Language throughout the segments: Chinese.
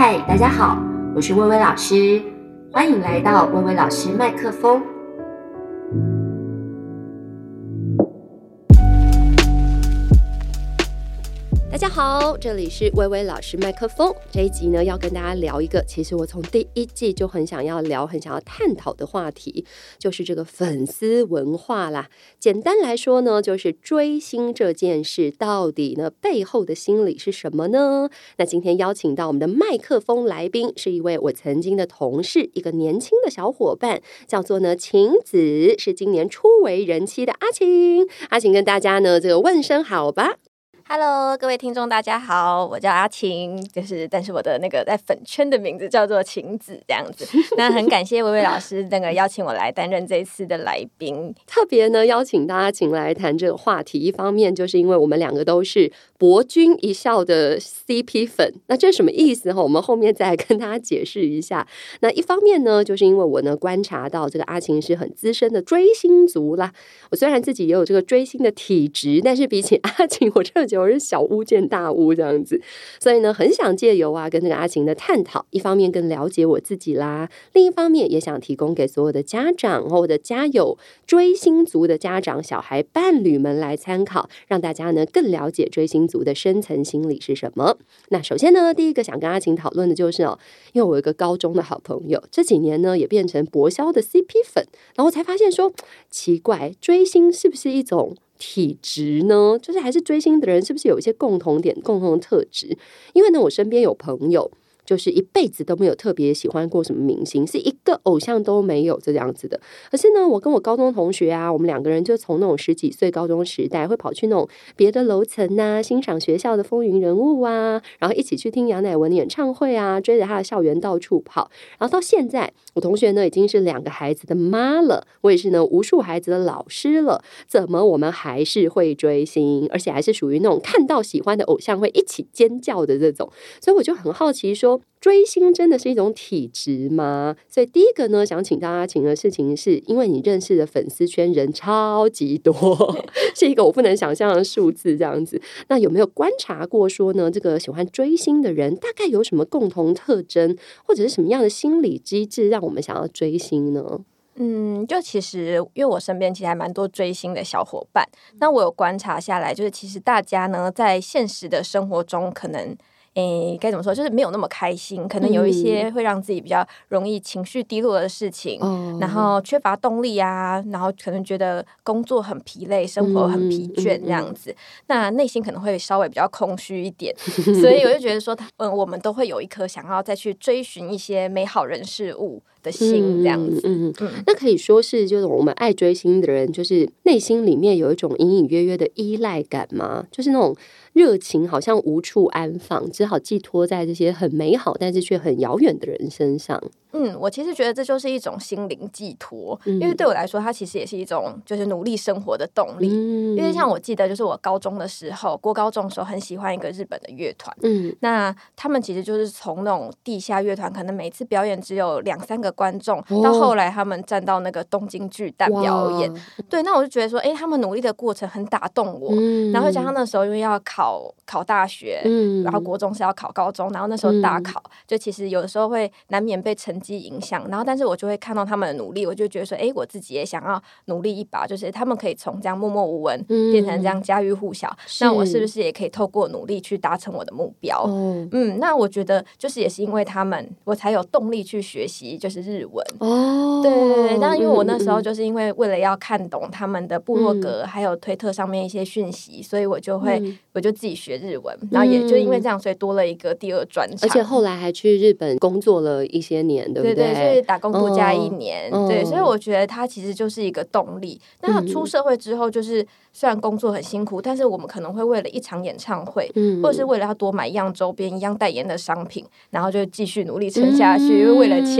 嗨，大家好，我是薇薇老师，欢迎来到薇薇老师麦克风。大家好，这里是薇薇老师麦克风。这一集呢，要跟大家聊一个其实我从第一季就很想要聊、很想要探讨的话题，就是这个粉丝文化啦。简单来说呢，就是追星这件事到底呢背后的心理是什么呢？那今天邀请到我们的麦克风来宾是一位我曾经的同事，一个年轻的小伙伴，叫做呢晴子，是今年初为人妻的阿晴。阿晴跟大家呢这个问声好吧。 Hello， 各位听众，大家好，我叫阿晴，但是我的那个在粉圈的名字叫做晴子，这样子。那很感谢薇薇老师那个邀请我来担任这一次的来宾， 特别呢邀请大家请来谈这个话题。一方面就是因为我们两个都是博君一笑的 CP 粉，那这是什么意思我们后面再来跟大家解释一下。那一方面呢，就是因为我呢观察到这个阿晴是很资深的追星族啦。我虽然自己也有这个追星的体质，但是比起阿晴，我真的觉得我是小巫见大巫这样子，所以呢很想借由跟这个阿晴的探讨，一方面更了解我自己啦，另一方面也想提供给所有的家长或者家有追星族的家长、小孩伴侣们来参考，让大家呢更了解追星族的深层心理是什么。那首先呢，第一个想跟阿晴讨论的就是因为我有一个高中的好朋友，这几年呢也变成博销的 CP 粉，然后才发现说奇怪，追星是不是一种体质呢？就是还是追星的人是不是有一些共同点、共同的特质？因为呢，我身边有朋友就是一辈子都没有特别喜欢过什么明星，是一个偶像都没有这样子的。可是呢，我跟我高中同学我们两个人就从那种10几岁高中时代会跑去那种别的楼层欣赏学校的风云人物然后一起去听杨乃文的演唱会追着他的校园到处跑。然后到现在，我同学呢已经是2个孩子的妈了，我也是呢无数孩子的老师了，怎么我们还是会追星，而且还是属于那种看到喜欢的偶像会一起尖叫的这种。所以我就很好奇说，追星真的是一种体质吗？所以第一个呢，想请大家请的事情是，因为你认识的粉丝圈人超级多，是一个我不能想象的数字这样子。那有没有观察过说呢，这个喜欢追星的人大概有什么共同特征，或者是什么样的心理机制让我们想要追星呢？ 就其实因为我身边其实还蛮多追星的小伙伴，那我有观察下来，就是其实大家呢在现实的生活中可能该怎么说，就是没有那么开心，可能有一些会让自己比较容易情绪低落的事情，然后缺乏动力然后可能觉得工作很疲累，生活很疲倦这样子，那内心可能会稍微比较空虚一点，所以我就觉得说我们都会有一颗想要再去追寻一些美好人事物的心这样子。 那可以说是就是我们爱追星的人，就是内心里面有一种隐隐约约的依赖感吗？就是那种热情好像无处安放，只好寄托在这些很美好但是却很遥远的人身上。 我其实觉得这就是一种心灵寄托，因为对我来说它其实也是一种就是努力生活的动力。因为像我记得就是我高中的时候，国高中的时候很喜欢一个日本的乐团，那他们其实就是从那种地下乐团，可能每次表演只有2-3个观众，到后来他们站到那个东京巨蛋表演。对，那我就觉得说他们努力的过程很打动我，然后加上那时候因为要考大学，然后国中是要考高中，然后那时候大考，就其实有的时候会难免被成绩影响，然后但是我就会看到他们的努力，我就觉得说我自己也想要努力一把，就是他们可以从这样默默无闻变成这样家喻户晓，那我是不是也可以透过努力去达成我的目标？那我觉得就是也是因为他们，我才有动力去学习就是日文。对，但因为我那时候就是因为为了要看懂他们的部落格还有推特上面一些讯息，所以我就自己学日文，然后也就因为这样，所以多了一个第2专长， 而且后来还去日本工作了一些年，对不对？ 对，所以打工度假1年，对，所以我觉得它其实就是一个动力。那出社会之后，就是虽然工作很辛苦，但是我们可能会为了一场演唱会，或者是为了要多买一样周边、一样代言的商品，然后就继续努力撑下去，因为为了钱嘛。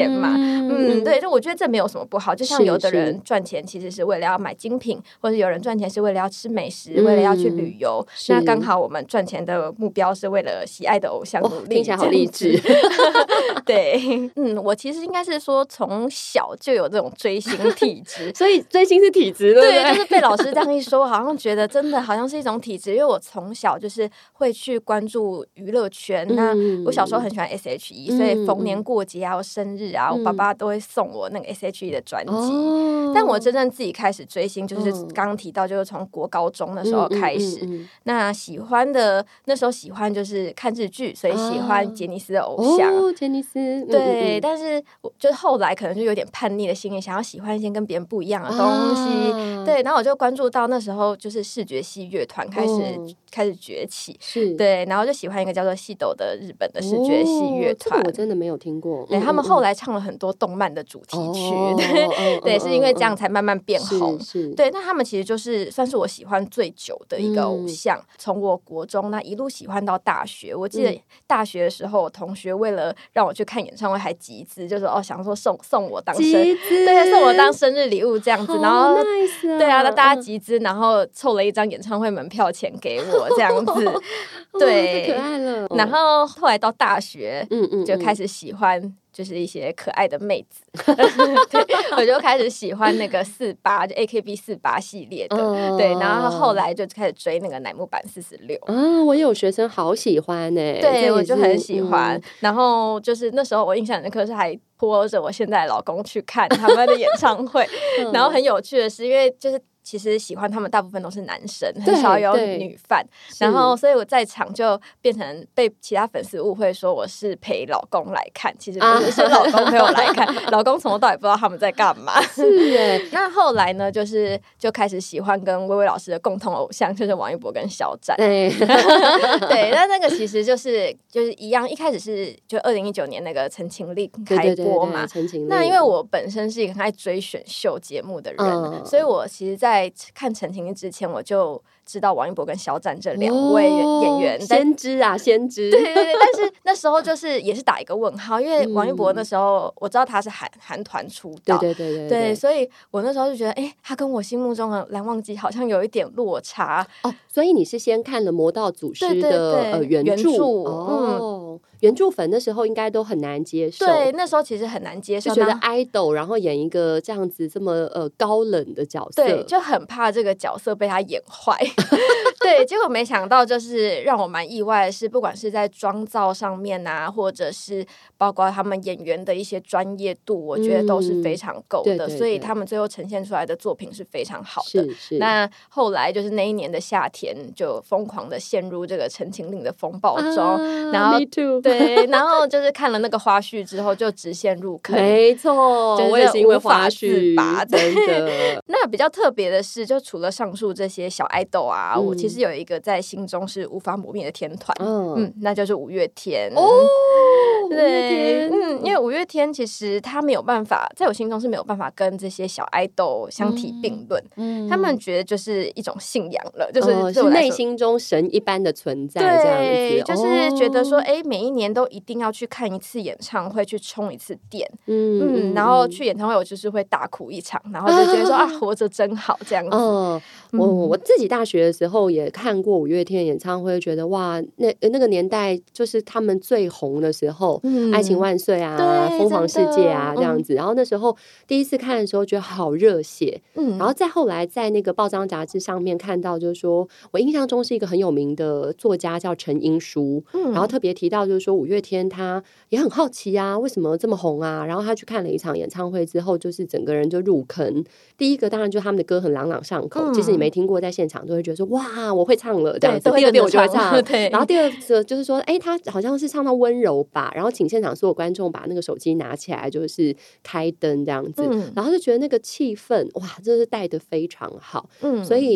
对，就我觉得这没有什么不好，就像有的人赚钱其实是为了要买精品，或者有人赚钱是为了要吃美食，为了要去旅游，那刚好我们赚钱的目标是为了喜爱的偶像努力， 听起来好励志。 对，我其实应该是说从小就有这种追星体质， 所以追星是体质，对不对？ 对，就是被老师这样一说，好像觉得真的好像是一种体质，因为我从小就是会去关注娱乐圈。那我小时候很喜欢 S.H.E，所以逢年过节啊、我生日啊，我爸爸都会送我那个 S.H.E 的专辑。但我真正自己开始追星，就是刚刚提到，就是从国高中的时候开始。那那时候喜欢就是看日剧，所以喜欢杰尼斯的偶像。 杰尼斯， 对，但是就是后来可能就有点叛逆的心理，想要喜欢一些跟别人不一样的东西。对，然后我就关注到那时候就是视觉系乐团开始崛起， 是对，然后就喜欢一个叫做西斗的日本的视觉系乐团， 这个我真的没有听过。 对，他们后来唱了很多动漫的主题曲，对，是因为这样才慢慢变红。对，那他们其实就是算是我喜欢最久的一个偶像，从我国中那一路喜欢到大学。我记得大学的时候，我同学为了让我去看演唱会还集资，就说想说送我当送我当生日礼物这样子，然后对啊，那大家集资，然后凑了一张演唱会门票钱给我这样子，对， 太可爱了。 然后后来到大学，就开始喜欢就是一些可爱的妹子，对，我就开始喜欢那个48，就 AKB48系列的，对，然后后来就开始追那个乃木坂46。 我有学生好喜欢呢， 对，我就很喜欢。然后就是那时候我印象很深刻，是还拖着我现在的老公去看他们的演唱会，然后很有趣的是，因为就是其实喜欢他们大部分都是男生，很少有女fan，然后所以我在场就变成被其他粉丝误会说我是陪老公来看，其实不是，是老公陪我来看，老公从头到尾不知道他们在干嘛。 是耶。 那后来呢，就开始喜欢跟薇薇老师的共同偶像，就是王一博跟肖战。对，那个其实就是一样，一开始是就2019年那个陈情令开播嘛，那因为我本身是一个很爱追选秀节目的人，所以我其实在看陈情令之前，我就知道王一博跟肖战这2位演员， 先知啊，先知。 对，但是那时候就是也是打一个问号，因为王一博那时候我知道他是韩团出道，对，所以我那时候就觉得，他跟我心目中的蓝忘机好像有一点落差。 所以你是先看了魔道祖师的原著，原著粉那时候应该都很难接受。 对，那时候其实很难接受， 就觉得idol然后演一个这样子这么高冷的角色， 对，就很怕这个角色被他演坏。对，结果没想到就是让我蛮意外的是，不管是在妆造上面啊，或者是包括他们演员的一些专业度，我觉得都是非常够的，所以他们最后呈现出来的作品是非常好的。那后来就是那一年的夏天，就疯狂的陷入这个陈情令的风暴中，然后对，然后就是看了那个花絮之后，就直线入坑。 没错，我也是因为花絮，真的。 那比较特别的是，就除了上述这些小爱豆啊，我其实有一个在心中是无法磨灭的天团，那就是五月天。对，因为五月天其实他没有办法，在我心中是没有办法跟这些小爱豆相提并论。他们觉得就是一种信仰了，就是内心中神一般的存在，这样子， 就是觉得说，每一年都一定要去看一次演唱会，去充一次电，然后去演唱会我就是会大哭一场，然后就觉得说活着真好这样子。 我自己大学的时候也看过五月天演唱会，觉得哇，那个年代就是他们最红的时候，爱情万岁啊，疯狂世界啊这样子。然后那时候第一次看的时候觉得好热血，然后再后来在那个报章杂志上面看到，就是说我印象中是一个很有名的作家叫陈英书，然后特别提到就是说五月天他也很好奇啊，为什么这么红啊？然后他去看了一场演唱会之后，就是整个人就入坑。第一个当然就是他们的歌很朗朗上口，即使你没听过，在现场都会觉得说哇，我会唱了这样子。第二遍我就会唱，然后第二个就是说，他好像是唱到温柔吧，然后请现场所有观众把那个手机拿起来，就是开灯这样子，然后就觉得那个气氛哇，真是带得非常好，所以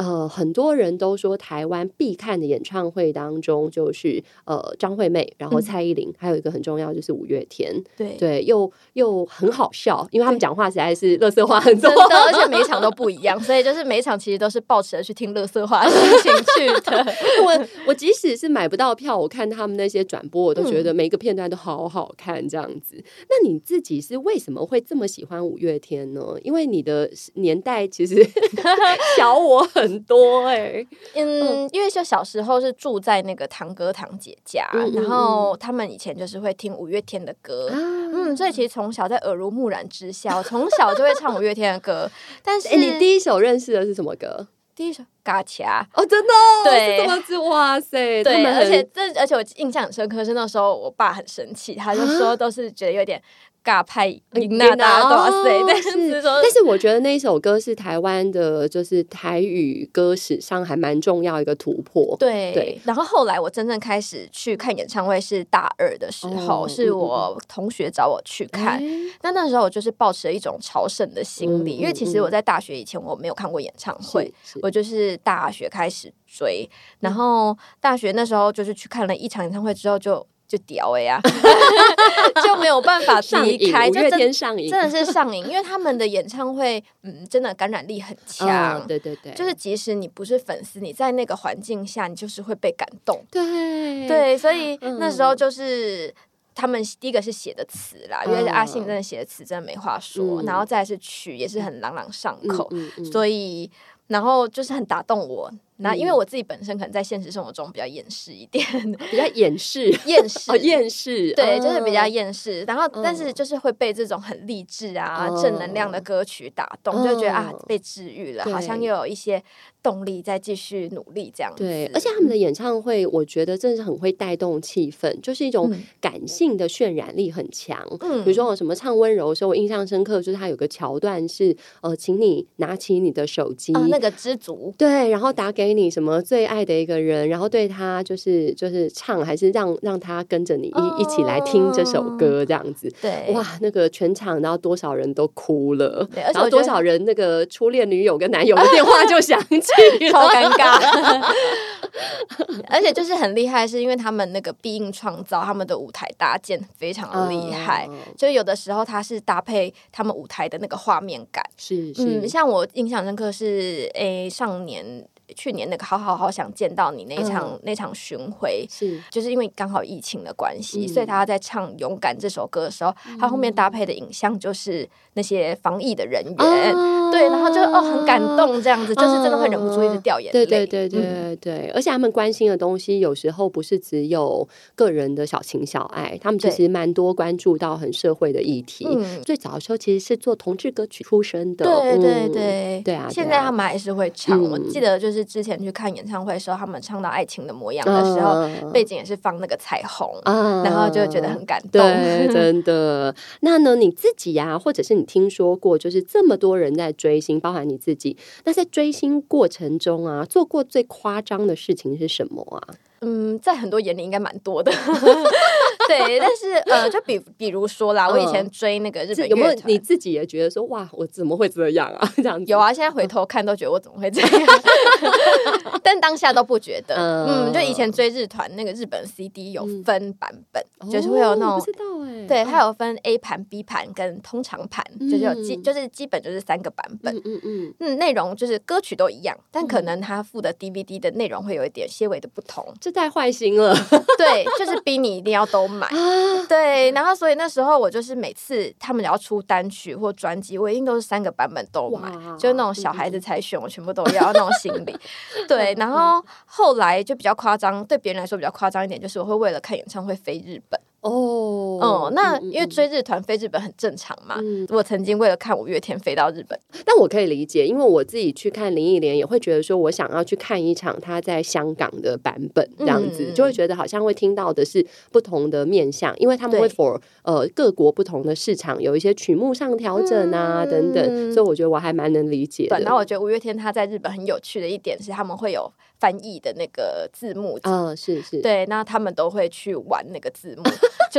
很多人都说台湾必看的演唱会当中，就是张惠妹，然后蔡依林，还有一个很重要就是五月天。对，又很好笑，因为他们讲话实在是垃圾话很多， 真的，而且每一场都不一样，所以就是每一场其实都是抱持着去听垃圾话的心情去的。 我即使是买不到票，我看他们那些转播，我都觉得每一个片段都好好看这样子。那你自己是为什么会这么喜欢五月天呢？因为你的年代其实小我很多因为就小时候是住在那个堂哥堂姐家，然后他们以前就是会听五月天的歌，所以其实从小在耳濡目染之下，我从小就会唱五月天的歌。但是你第一首认识的是什么歌？ 第一首嘎卡哦，真的对， 是这么子，哇塞， 对，而且我印象很深刻是那时候我爸很生气，他就说都是觉得有点尬派音那大哇塞， 但是我觉得那一首歌是台湾的，就是台语歌史上还蛮重要一个突破。 对，然后后来我真正开始去看演唱会是大2的时候，是我同学找我去看。那时候我就是抱持了一种朝圣的心理，因为其实我在大学以前我没有看过演唱会，我就是大学开始追，然后大学那时候就是去看了一场演唱会之后就屌呀，就没有办法离开， 五月天上瘾， 真的是上瘾，因为他们的演唱会，真的感染力很强。 对， 就是即使你不是粉丝，你在那个环境下，你就是会被感动。 对， 所以那时候就是他们第一个是写的词啦，因为阿信真的写的词真的没话说，然后再来是曲也是很朗朗上口，所以然后就是很打动我。那因为我自己本身可能在现实生活中比较厌世一点， 比较厌世， 对，就是比较厌世。然后，但是就是会被这种很励志啊、正能量的歌曲打动，就觉得被治愈了，好像又有一些动力再继续努力这样子。 对，而且他们的演唱会，我觉得真的是很会带动气氛，就是一种感性的渲染力很强。比如说我什么唱温柔的时候，我印象深刻，就是他有个桥段是请你拿起你的手机， 那个知足， 对，然后打给你什么最爱的一个人，然后对他就是唱，还是让他跟着你一起来听这首歌这样子。 对， 哇，那个全场然后多少人都哭了，然后多少人那个初恋女友跟男友的电话就响起超尴尬。而且就是很厉害，是因为他们那个必应创造他们的舞台搭建非常的厉害，就有的时候他是搭配他们舞台的那个画面感。 是像我印象深刻是去年那个好想见到你那场巡回，就是因为刚好疫情的关系，所以他在唱勇敢这首歌的时候，他后面搭配的影像就是那些防疫的人员，对，然后就很感动这样子，就是真的会忍不住一直掉眼泪。 对，而且他们关心的东西有时候不是只有个人的小情小爱，他们其实蛮多关注到很社会的议题。最早的时候其实是做同志歌曲出身的，对啊， 现在他们还是会唱。我记得就是之前去看演唱会的时候，他们唱到爱情的模样的时候，背景也是放那个彩虹，然后就觉得很感动。 对，真的。那呢，你自己啊，或者是你听说过，就是这么多人在追星，包含你自己，那在追星过程中啊，做过最夸张的事情是什么啊？ 在很多眼里应该蛮多的。对，但是就比如说啦，我以前追那个日本乐团， 有没有你自己也觉得说哇，我怎么会这样啊？这样子有啊，现在回头看都觉得我怎么会这样，但当下都不觉得。就以前追日团那个日本 CD 有分版本，就是会有那种不知道对，它有分 A 盘、B 盘跟通常盘，就是基本就是3个版本。内容就是歌曲都一样，但可能它附的 DVD 的内容会有一点些微的不同。 这太坏心了。 对，就是逼你一定要都买。对，然后所以那时候我就是每次他们只要出单曲或专辑，我一定都是3个版本都买，就是那种小孩子才选，我全部都要那种心理。对，然后后来就比较夸张，对别人来说比较夸张一点，就是我会为了看演唱会飞日本。那因为追日团飞日本很正常嘛。我曾经为了看五月天飞到日本， 但我可以理解，因为我自己去看林忆莲也会觉得说我想要去看一场她在香港的版本，这样子就会觉得好像会听到的是不同的面向，因为他们会 for 各国不同的市场有一些曲目上调整啊等等，所以我觉得我还蛮能理解的。 对，然后我觉得五月天他在日本很有趣的一点是他们会有翻译的那个字幕是对，那他们都会去玩那个字幕。就是故意把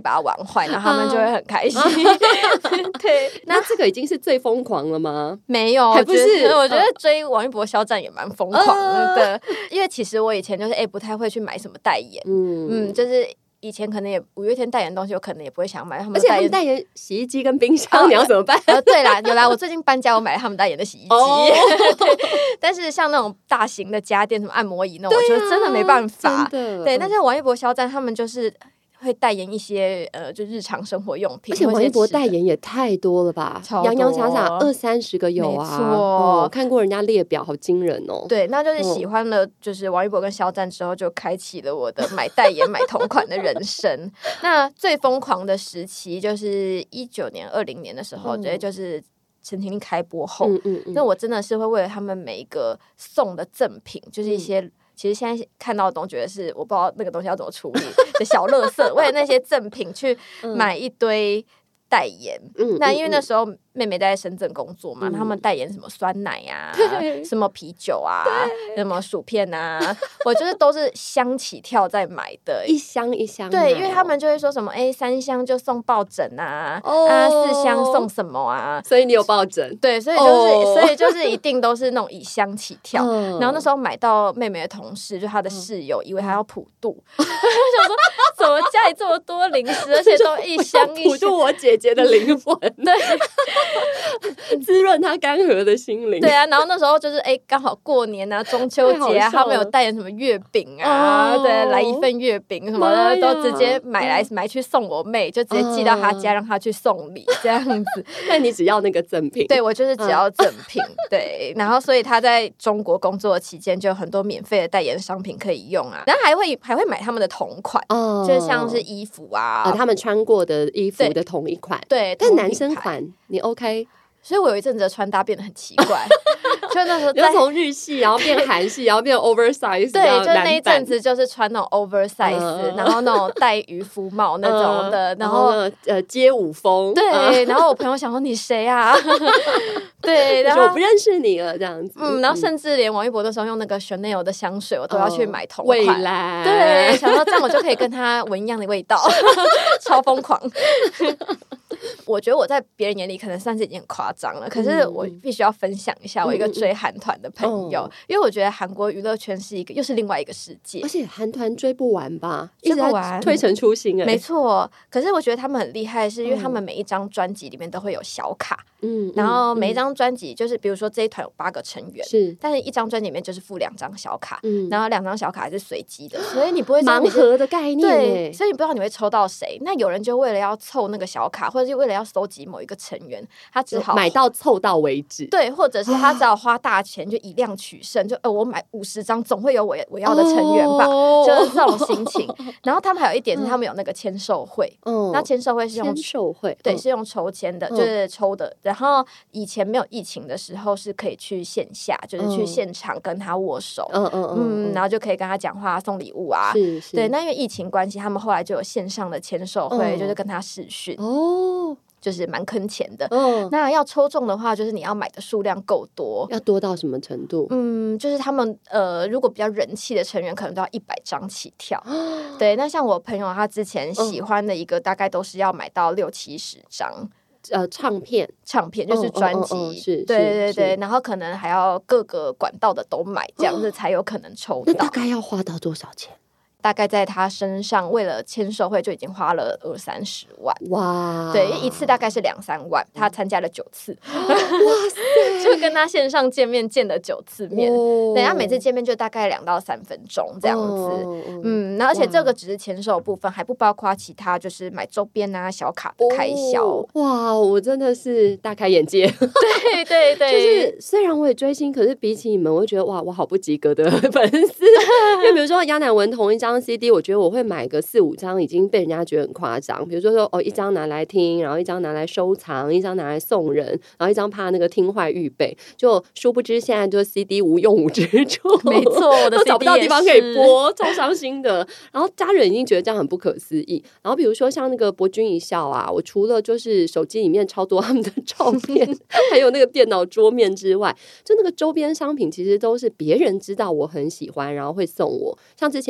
把它玩坏，然后他们就会很开心。对， 那这个已经是最疯狂了吗？ 没有， 还不是。 我觉得追王一博肖战也蛮疯狂的，因为其实我以前就是不太会去买什么代言，就是以前可能也五月天代言的东西，我可能也不会想买。 而且他们代言洗衣机跟冰箱，你要怎么办？ 对啦，有啦，我最近搬家，我买了他们代言的洗衣机。对，但是像那种大型的家电，什么按摩椅那种，我觉得真的没办法。对，但是王一博肖战他们就是会代言一些就日常生活用品， 而且王一博代言也太多了吧，洋洋洒洒20-30个有啊， 没错， 看过人家列表，好惊人哦。 对，那就是喜欢了，就是王一博跟肖战之后，就开启了我的买代言、买同款的人生。那最疯狂的时期就是19年、20年的时候，就是陈情令开播后，那我真的是会为了他们每一个送的赠品，就是一些。其实现在看到的东西，觉得是我不知道那个东西要怎么处理的小垃圾，为了那些赠品去买一堆代言。那因为那时候妹妹在深圳工作嘛，他们代言什么酸奶啊，什么啤酒啊，什么薯片啊，我就是都是箱起跳在买的， 一箱一箱。 对，因为他们就会说什么3箱就送抱枕啊，4箱送什么啊， 所以你有抱枕。 对，所以就是一定都是那种以箱起跳。然后那时候买到妹妹的同事，就她的室友，以为她要普渡，想说怎么家里这么多零食，而且都一箱一箱， 普渡我姐姐的灵魂。 对。 滋润他干涸的心灵。 对啊，然后那时候就是刚好过年啊，中秋节啊，他们有代言什么月饼啊，对，来一份月饼什么的，都直接买去送我妹，就直接寄到她家，让她去送礼这样子。 但你只要那个赠品？对， 我就是只要赠品。对，然后所以她在中国工作期间，就有很多免费的代言商品可以用啊，然后还会买他们的同款，就像是衣服啊， 他们穿过的衣服的同一款。 对， 但男生款你 OK？ 所以我有一阵子的穿搭变得很奇怪，就那时候就从日系然后变韩系，然后变 oversize。 对，就那一阵子就是穿那种 oversize，然后那种戴渔夫帽那种的，然后街舞风。 对，然后我朋友想说你谁啊？对，然后我不认识你了这样子。 然后甚至连王一博那时候用那个 Chanel 的香水，我都要去买同款。 未来， 对，想说这样我就可以跟他闻一样的味道，超疯狂。我觉得我在别人眼里可能算是已经很夸张了，可是我必须要分享一下我一个追韩团的朋友，因为我觉得韩国娱乐圈是又是另外一个世界， 而且韩团追不完吧， 追不完， 推陈出新。 没错。可是我觉得他们很厉害，是因为他们每一张专辑里面都会有小卡，然后每一张专辑就是比如说这一团有8个成员，但是一张专辑里面就是附2张小卡，然后2张小卡还是随机的，所以你不会盲盒的概念。 对，所以你不知道你会抽到谁。那有人就为了要凑那个小卡，或者是为了要搜集某一个成员，他只好买到凑到为止。 对，或者是他只好花大钱就以量取胜，就我买50张，总会有我要的成员吧，就是这种心情。然后他们还有一点是他们有那个签售会，那签售会是用签售会， 对，是用抽签的，就是抽的。然后以前没有疫情的时候是可以去线下，就是去现场跟他握手，然后就可以跟他讲话、送礼物啊。对，那因为疫情关系，他们后来就有线上的签售会，就是跟他视讯。就是蛮坑钱的。那要抽中的话，就是你要买的数量够多， 要多到什么程度？ 就是他们如果比较人气的成员，可能都要100张起跳。对，那像我朋友他之前喜欢的一个，大概都是要买到60-70张。 唱片就是专辑，对，然后可能还要各个管道的都买，这样子才有可能抽到。 那大概要花到多少钱？ 大概在他身上，为了签售会就已经花了20-30万。 哇！ 对，一次大概是2-3万，他参加了9次。哇塞！就跟他线上见面见了9次面，对，他每次见面就大概2到3分钟这样子。那而且这个只是签售部分，还不包括其他就是买周边啊、小卡的开销。 哇，我真的是大开眼界。 对， 就是虽然我也追星，可是比起你们，我会觉得哇，我好不及格的粉丝。因为比如说亚乃文同一张 CD， 我觉得我会买个4-5张，已经被人家觉得很夸张。比如说一张拿来听，然后一张拿来收藏，一张拿来送人，然后一张怕那个听坏预备。就殊不知现在就 CD 无用武之处， 没错，我的 CD 都找不到地方可以播，超伤心的。然后家人已经觉得这样很不可思议。然后比如说像那个博君一笑啊，我除了就是手机里面超多他们的照片，还有那个电脑桌面之外，就那个周边商品其实都是别人知道我很喜欢，然后会送我。像之前我有一个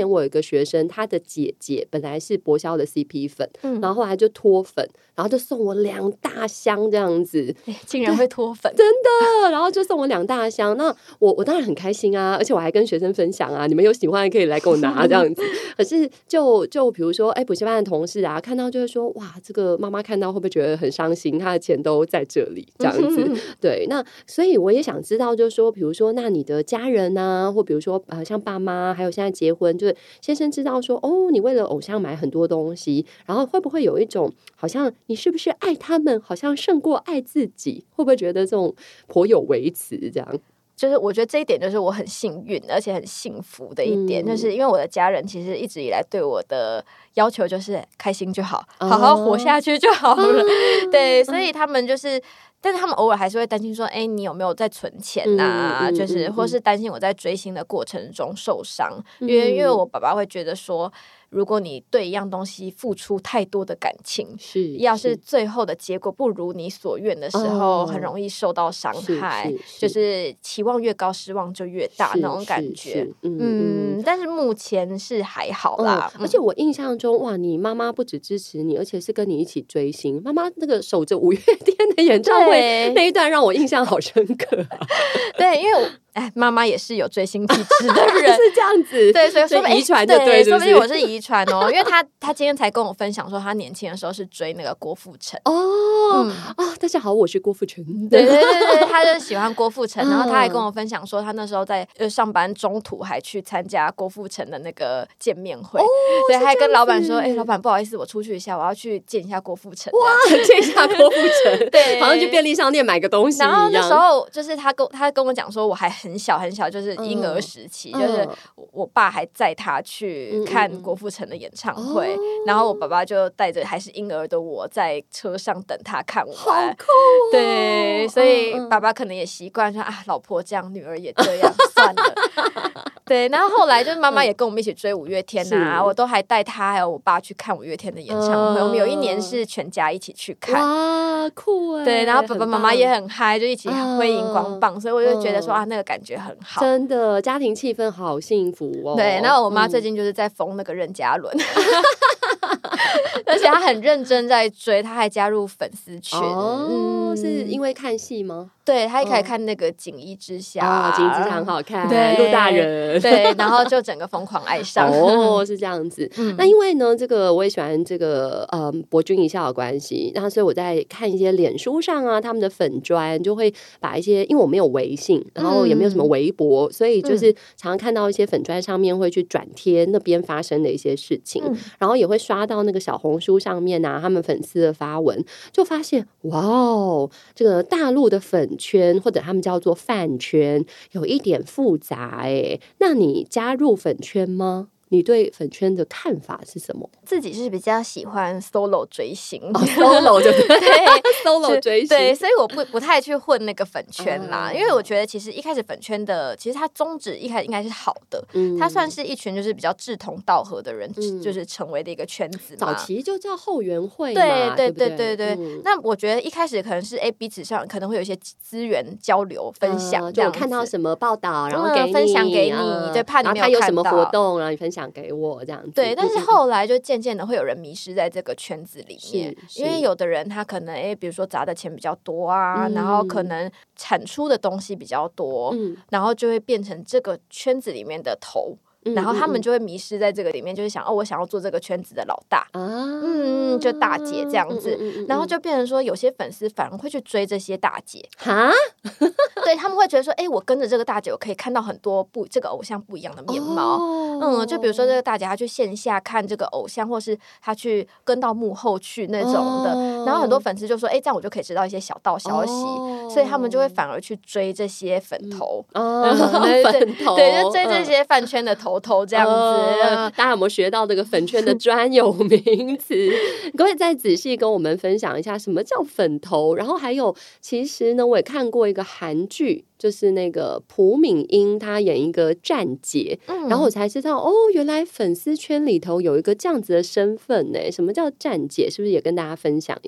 学生，他的姐姐本来是博销的 CP 粉，然后后来就脱粉，然后就送我2大箱这样子， 竟然会脱粉， 真的，然后就送我2大箱。那我当然很开心啊，而且我还跟学生分享啊，你们有喜欢的可以来给我拿这样子。可是就比如说，补习班的同事啊，看到就会说，哇，这个妈妈看到会不会觉得很伤心？她的钱都在这里这样子。对，那所以我也想知道，就是说，比如说，那你的家人啊，或比如说像爸妈，还有现在结婚，就是先生知道说，哦，你为了偶像买很多东西，然后会不会有一种好像你是不是爱他们，好像胜过爱自己？会不会觉得这种颇有微词这样？ 就是我觉得这一点就是我很幸运而且很幸福的一点，就是因为我的家人其实一直以来对我的要求就是开心就好，好好活下去就好了。对，所以他们就是，但是他们偶尔还是会担心说，你有没有在存钱啊？就是或是担心我在追星的过程中受伤，因为我爸爸会觉得说，如果你对一样东西付出太多的感情，要是最后的结果不如你所愿的时候，很容易受到伤害，就是期望越高，失望就越大那种感觉。但是目前是还好啦。 而且我印象中，哇，你妈妈不只支持你，而且是跟你一起追星。妈妈那个守着5月天的演唱会那一段让我印象好深刻啊。 对，因为妈妈也是有追星体质的人， 是这样子。 对，所以说遗传就对， 说不定我是遗传哦。因为他今天才跟我分享说，他年轻的时候是追那个郭富城。 大家好，我是郭富城。 对，他就喜欢郭富城，然后他还跟我分享说，他那时候在上班中途还去参加郭富城的那个见面会。对，还跟老板说，老板不好意思，我出去一下，我要去见一下郭富城。 哇，见一下郭富城， 对， 好像去便利商店买个东西一样。 然后那时候就是他跟我讲说，我还很小很小，就是婴儿时期，就是我爸还载他去看郭富城的演唱会，然后我爸爸就带着还是婴儿的我在车上等他看完。 好酷哦！ 对，所以爸爸可能也习惯说老婆这样，女儿也这样，算了。对，然后后来就是妈妈也跟我们一起追5月天啊，我都还带他还有我爸去看5月天的演唱会。我们有一年是全家一起去看， 哇，酷哎！ 对，然后爸爸妈妈也很嗨，就一起挥荧光棒，所以我就觉得说那个感觉很好， 真的家庭气氛好幸福哦。 对，然后我妈最近就是在封那个任嘉伦。而且他很认真在追，他还加入粉丝群。 是因为看戏吗？ 对，他一开始看那个《锦衣之下》 锦衣之下很好看， 对， 陆大人， 对，然后就整个疯狂爱上。 是这样子。那因为呢，这个我也喜欢这个博君一笑的关系，那所以我在看一些脸书上啊，他们的粉专就会把一些，因为我没有微信，然后也没有什么微博，所以就是常常看到一些粉专上面会去转贴那边发生的一些事情，然后也会刷到那个小红书上面啊，他们粉丝的发文，就发现哇哦，这个大陆的粉圈或者他们叫做饭圈有一点复杂欸。那你加入粉圈吗？你对粉圈的看法是什么？ 自己是比较喜欢 solo 追星 ，solo 就对，solo 追星， 对，所以我不太去混那个粉圈啦，因为我觉得其实一开始粉圈的，其实它宗旨一开始应该是好的，它算是一群就是比较志同道合的人，就是成为的一个圈子嘛。 早期就叫后援会嘛， 对。那我觉得一开始可能是彼此上可能会有一些资源交流分享， 就看到什么报道，然后给你分享给你，对，怕你没有看到， 他有什么活动，然后你分享给我这样子。 对，但是后来就渐渐的会有人迷失在这个圈子里面，因为有的人他可能比如说砸的钱比较多啊，然后可能产出的东西比较多，然后就会变成这个圈子里面的头。然后他们就会迷失在这个里面，就是想我想要做这个圈子的老大就大姐这样子，然后就变成说有些粉丝反而会去追这些大姐哈，对，他们会觉得说我跟着这个大姐我可以看到很多这个偶像不一样的面貌，就比如说这个大姐她去线下看这个偶像，或是她去跟到幕后去那种的，然后很多粉丝就说这样我就可以知道一些小道消息，所以他们就会反而去追这些粉头粉头， 对，就追这些饭圈的头这样子。 大家有没有学到这个粉圈的专有名词？可不可以再仔细跟我们分享一下什么叫粉头？然后还有，其实呢，我也看过一个韩剧，就是那个朴敏英她演一个站姐，然后我才知道原来粉丝圈里头有一个这样子的身份呢。什么叫站姐？是不是也跟大家分享一下？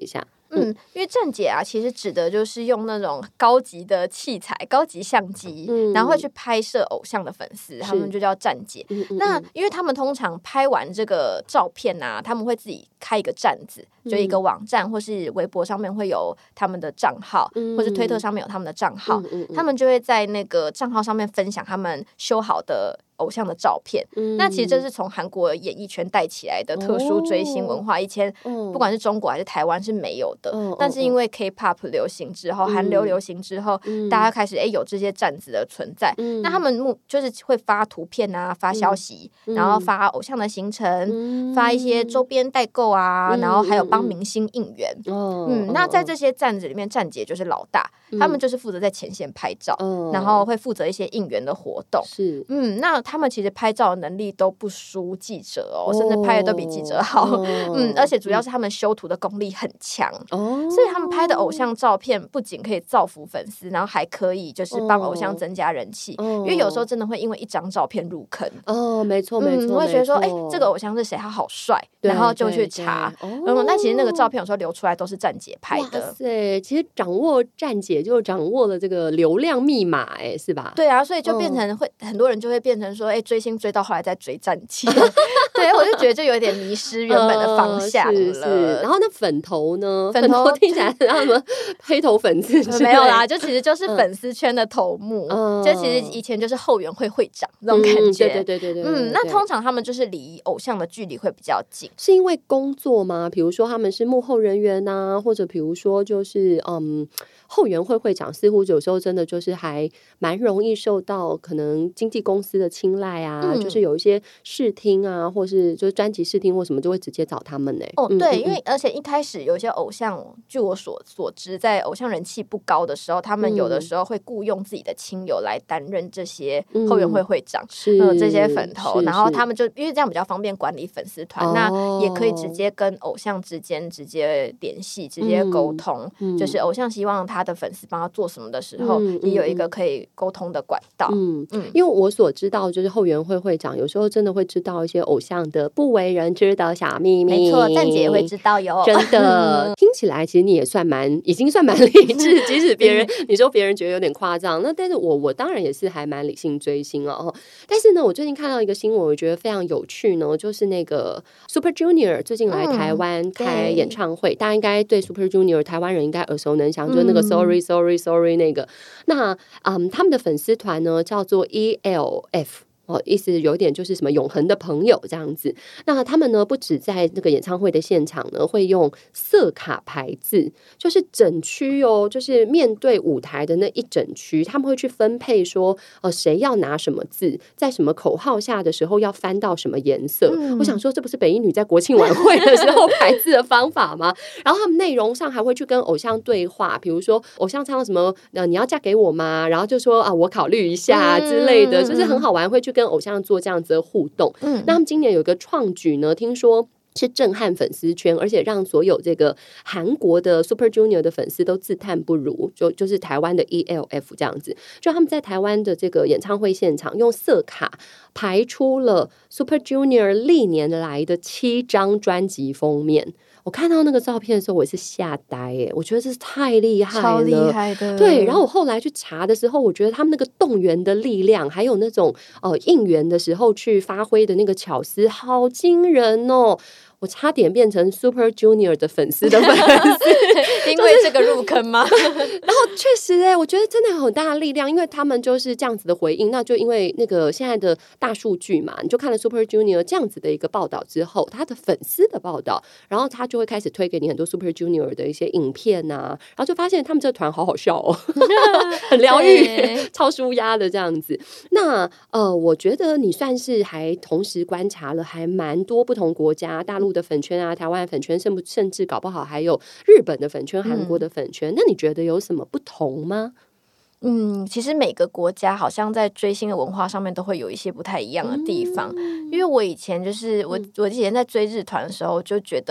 因为站姐啊，其实指的就是用那种高级的器材、高级相机，然后会去拍摄偶像的粉丝，他们就叫站姐。那因为他们通常拍完这个照片啊，他们会自己开一个站子，就一个网站或是微博上面会有他们的账号，或是推特上面有他们的账号，他们就会在那个账号上面分享他们修好的偶像的照片。那其实这是从韩国演艺圈带起来的特殊追星文化，以前不管是中国还是台湾是没有的，但是因为 K-pop 流行之后，韩流流行之后，大家开始有这些站子的存在。那他们就是会发图片啊，发消息，然后发偶像的行程，发一些周边代购啊，然后还有帮明星应援。那在这些站子里面，站姐就是老大，他们就是负责在前线拍照，然后会负责一些应援的活动。那他们其实拍照的能力都不输记者甚至拍的都比记者好。而且主要是他们修图的功力很强，所以他们拍的偶像照片不仅可以造福粉丝，然后还可以就是帮偶像增加人气。因为有时候真的会因为一张照片入坑。 没错没错， 会觉得说这个偶像是谁，他好帅，然后就去查。那其实那个照片有时候流出来都是站姐拍的。 哇塞，其实掌握站姐就掌握了这个流量密码，是吧？ 对啊，所以就变成很多人就会变成说，追星追到后来再追站姐。对，我就觉得就有点迷失原本的方向了。 然后那粉头呢？粉头听起来像什么黑头粉刺？ 没有啦，就其实就是粉丝圈的头目。就其实以前就是后援会会长那种感觉。 对。 那通常他们就是离偶像的距离会比较近。 是因为工作吗？比如说他们是幕后人员啊，或者比如说就是后援会会长似乎有时候真的就是还蛮容易受到可能经纪公司的青睐啊，就是有一些试听啊，或是就是专辑试听或什么就会直接找他们呢。 对，因为而且一开始有些偶像，据我所知，在偶像人气不高的时候，他们有的时候会雇佣自己的亲友来担任这些后援会会长，这些粉头，然后他们就因为这样比较方便管理粉丝团，那也可以直接跟偶像之间直接联系，直接沟通，就是偶像希望他的粉丝帮他做什么的时候，也有一个可以沟通的管道。 因为我所知道就是后援会会长有时候真的会知道一些偶像的不为人知的小秘密。 没错，站姐也会知道哟。 真的听起来其实你也已经算蛮理智，即使别人你说别人觉得有点夸张，那但是我当然也是还蛮理性追星了。但是呢，我最近看到一个新闻，我觉得非常有趣呢，就是那个 Super Junior 最近来台湾开演唱会，大家应该对 Super Junior 台湾人应该耳熟能详，就是那个 Sorry 那个。那他们的粉丝团呢叫做 ELF。意思有点就是什么永恒的朋友这样子。那他们呢不止在那个演唱会的现场呢会用色卡牌字，就是整区就是面对舞台的那一整区，他们会去分配说谁要拿什么字，在什么口号下的时候要翻到什么颜色。我想说这不是北一女在国庆晚会的时候排字的方法吗？然后他们内容上还会去跟偶像对话，比如说偶像唱什么你要嫁给我吗？然后就说我考虑一下之类的，就是很好玩，会去跟偶像做这样子的互动。那他们今年有一个创举呢，听说是震撼粉丝圈，而且让所有这个韩国的 Super Junior 的粉丝都自叹不如，就是台湾的 ELF 这样子。就他们在台湾的这个演唱会现场用色卡排出了 Super Junior 历年来的7张专辑封面。我看到那个照片的时候我也是吓呆我觉得这是太厉害了， 超厉害的。 对，然后我后来去查的时候，我觉得他们那个动员的力量还有那种应援的时候去发挥的那个巧思好惊人哦。我差点变成 Super Junior 的粉丝的粉丝因为这个入坑吗？ 然后确实我觉得真的有很大的力量，因为他们就是这样子的回应。那就因为那个现在的大数据嘛，你就看了 Super Junior 这样子的一个报道之后，他的粉丝的报道，然后他就会开始推给你很多 Super Junior 的一些影片啊，然后就发现他们这个团好好笑很疗愈超舒压的这样子。那我觉得你算是还同时观察了还蛮多不同国家，大陆的粉圈啊，台湾的粉圈，甚至搞不好还有日本的粉圈、韩国的粉圈。那你觉得有什么不同吗？ 其实每个国家好像在追星的文化上面都会有一些不太一样的地方。因为我以前就是我以前在追日团的时候就觉得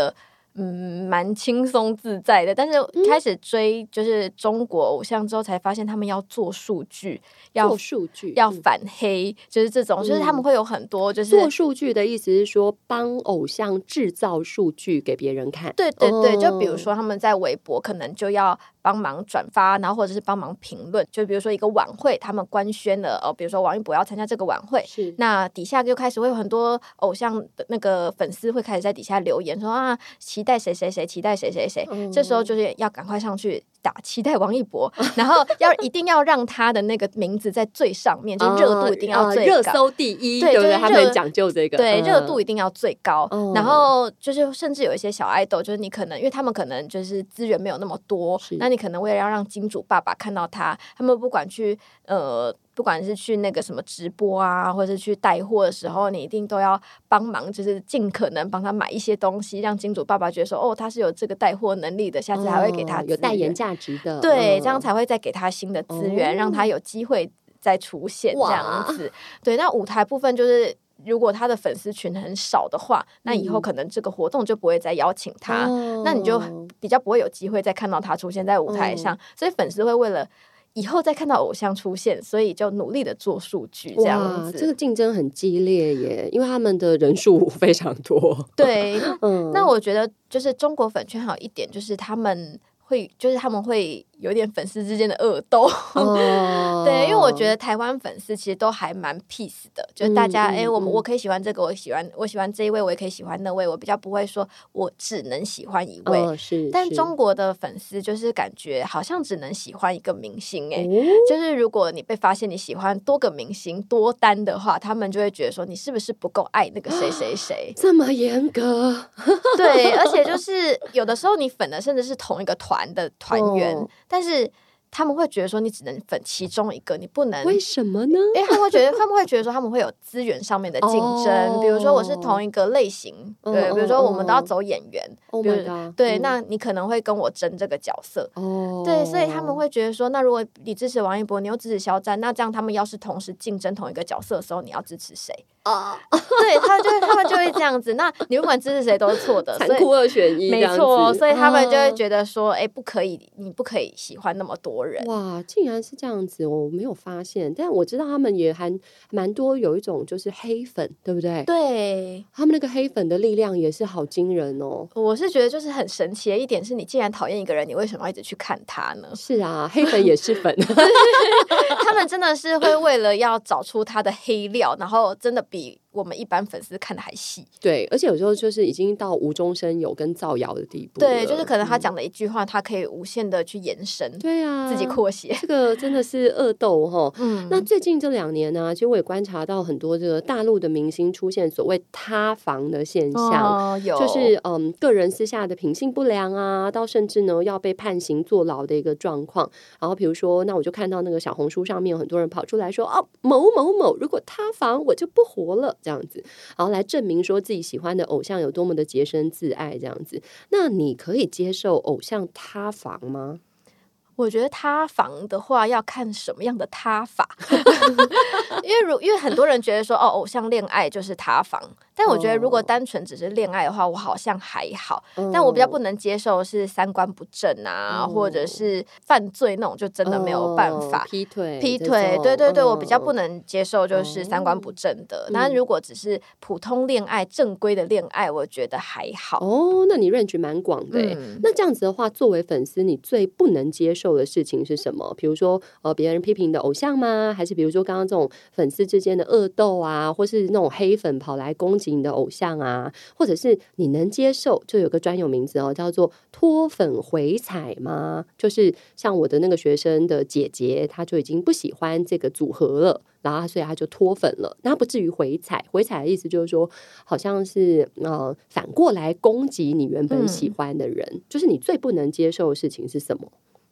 蛮轻松自在的，但是开始追就是中国偶像之后，才发现他们要做数据，要反黑，就是这种，就是他们会有很多就是做数据的意思是说帮偶像制造数据给别人看。 对对对，就比如说他们在微博可能就要帮忙转发，然后或者是帮忙评论，就比如说一个晚会，他们官宣了比如说王一博要参加这个晚会，那底下就开始会有很多偶像的那个粉丝会开始在底下留言说啊，期待谁谁谁，期待谁谁谁，这时候就是要赶快上去打期待王一博，然后一定要让他的那个名字在最上面，就热度一定要最高， 热搜第一，对不对？他们讲究这个， 对，热度一定要最高。然后就是甚至有一些小爱豆，就是你可能因为他们可能就是资源没有那么多，那你可能为了要让金主爸爸看到他们不管是去那个什么直播啊，或者是去带货的时候，你一定都要帮忙，就是尽可能帮他买一些东西，让金主爸爸觉得说他是有这个带货能力的，下次还会给他有代言价值的， 对，这样才会再给他新的资源，让他有机会再出现这样子。对，那舞台部分就是如果他的粉丝群很少的话，那以后可能这个活动就不会再邀请他，那你就比较不会有机会再看到他出现在舞台上，所以粉丝会为了以后再看到偶像出现，所以就努力的做数据这样子。 这个竞争很激烈耶，因为他们的人数非常多。 对，那我觉得就是中国粉圈还有一点就是他们会有点粉丝之间的恶斗，对，因为我觉得台湾粉丝其实都还蛮 peace 的，就是大家我可以喜欢这个，我喜欢这一位，我也可以喜欢那位，我比较不会说我只能喜欢一位，但中国的粉丝就是感觉好像只能喜欢一个明星，就是如果你被发现你喜欢多个明星多单的话，他们就会觉得说你是不是不够爱那个谁谁谁， 这么严格。 对，而且就是有的时候你粉的甚至是同一个团的团员，但是他们会觉得说你只能粉其中一个，你不能， 为什么呢？ 因为他们会觉得说他们会有资源上面的竞争，比如说我是同一个类型，对，比如说我们都要走演员，对，那你可能会跟我争这个角色，对，所以他们会觉得说，那如果你支持王一博，你又支持肖战，那这样他们要是同时竞争同一个角色的时候，你要支持谁？对，他们就会这样子。那你不管支持谁都是错的， 残酷二选一， 没错。所以他们就会觉得说，不可以，你不可以喜欢那么多人。 哇，竟然是这样子，我没有发现。但我知道他们也还蛮多有一种就是黑粉，对不对？ 对， 他们那个黑粉的力量也是好惊人哦。 我是觉得就是很神奇的一点是，你既然讨厌一个人，你为什么要一直去看他呢？ 是啊，黑粉也是粉。 他们真的是会为了要找出他的黑料，然后真的比我们一般粉丝看的还细。 对，而且有时候就是已经到无中生有跟造谣的地步。 对，就是可能他讲的一句话，他可以无限的去延伸。 对啊， 自己扩写。 这个真的是恶斗齁。那最近这2年呢，其实我也观察到很多这个大陆的明星出现所谓塌房的现象，就是个人私下的品性不良啊，到甚至呢要被判刑坐牢的一个状况。然后比如说，那我就看到那个小红书上面有很多人跑出来说，某某某如果塌房，我就不活了。这样子，然后来证明说自己喜欢的偶像有多么的洁身自爱，这样子。那你可以接受偶像塌房吗？ 我觉得塌房的话要看什么样的塌法，因为很多人觉得说偶像恋爱就是塌房，但我觉得如果单纯只是恋爱的话，我好像还好，但我比较不能接受是三观不正啊，或者是犯罪那种，就真的没有办法。 劈腿， 对对对，我比较不能接受就是三观不正的。但如果只是普通恋爱、正规的恋爱，我觉得还好。 那你 range 蛮广的。那这样子的话，作为粉丝，你最不能接受的事情是什么？比如说别人批评的偶像吗？还是比如说刚刚这种粉丝之间的恶斗啊，或是那种黑粉跑来攻击你的偶像啊，或者是你能接受就有个专有名字叫做脱粉回踩吗？就是像我的那个学生的姐姐，她就已经不喜欢这个组合了，然后所以她就脱粉了。那不至于回踩，回踩的意思就是说好像是反过来攻击你原本喜欢的人。就是你最不能接受的事情是什么？